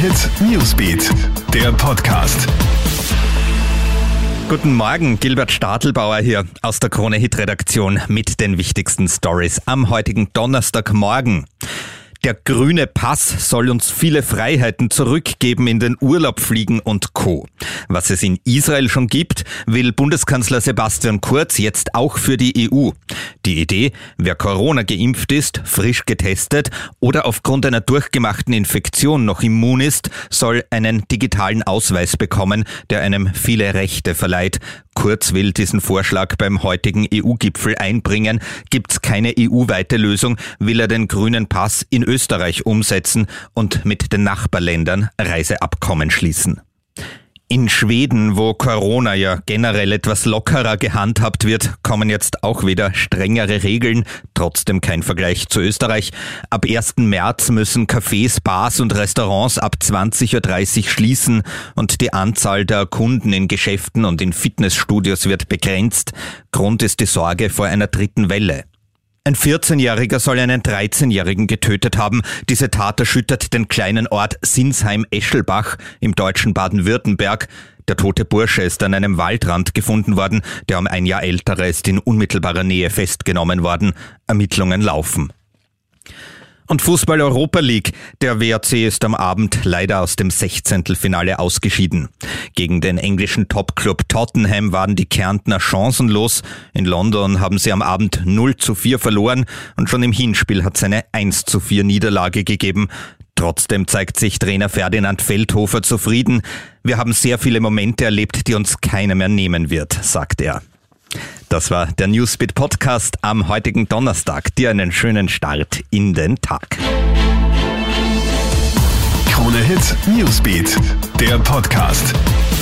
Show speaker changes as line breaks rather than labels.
Hit Newsbeat, der Podcast.
Guten Morgen, Gilbert Stadelbauer hier aus der Krone Hit Redaktion mit den wichtigsten Stories am heutigen Donnerstagmorgen. Der grüne Pass soll uns viele Freiheiten zurückgeben in den Urlaub fliegen und Co. Was es in Israel schon gibt, will Bundeskanzler Sebastian Kurz jetzt auch für die EU. Die Idee, wer Corona geimpft ist, frisch getestet oder aufgrund einer durchgemachten Infektion noch immun ist, soll einen digitalen Ausweis bekommen, der einem viele Rechte verleiht. Kurz will diesen Vorschlag beim heutigen EU-Gipfel einbringen. Gibt's keine EU-weite Lösung, will er den grünen Pass in Österreich umsetzen und mit den Nachbarländern Reiseabkommen schließen. In Schweden, wo Corona ja generell etwas lockerer gehandhabt wird, kommen jetzt auch wieder strengere Regeln, trotzdem kein Vergleich zu Österreich. Ab 1. März müssen Cafés, Bars und Restaurants ab 20.30 Uhr schließen und die Anzahl der Kunden in Geschäften und in Fitnessstudios wird begrenzt. Grund ist die Sorge vor einer dritten Welle. Ein 14-Jähriger soll einen 13-Jährigen getötet haben. Diese Tat erschüttert den kleinen Ort Sinsheim-Eschelbach im deutschen Baden-Württemberg. Der tote Bursche ist an einem Waldrand gefunden worden. Der um ein Jahr ältere ist in unmittelbarer Nähe festgenommen worden. Ermittlungen laufen. Und Fußball-Europa League. Der WAC ist am Abend leider aus dem 16. Finale ausgeschieden. Gegen den englischen Topclub Tottenham waren die Kärntner chancenlos. In London haben sie am Abend 0:4 verloren und schon im Hinspiel hat es eine 1:4 Niederlage gegeben. Trotzdem zeigt sich Trainer Ferdinand Feldhofer zufrieden. Wir haben sehr viele Momente erlebt, die uns keiner mehr nehmen wird, sagt er. Das war der Newsbeat Podcast am heutigen Donnerstag. Dir einen schönen Start in den Tag.
Krone Hit Newsbeat, der Podcast.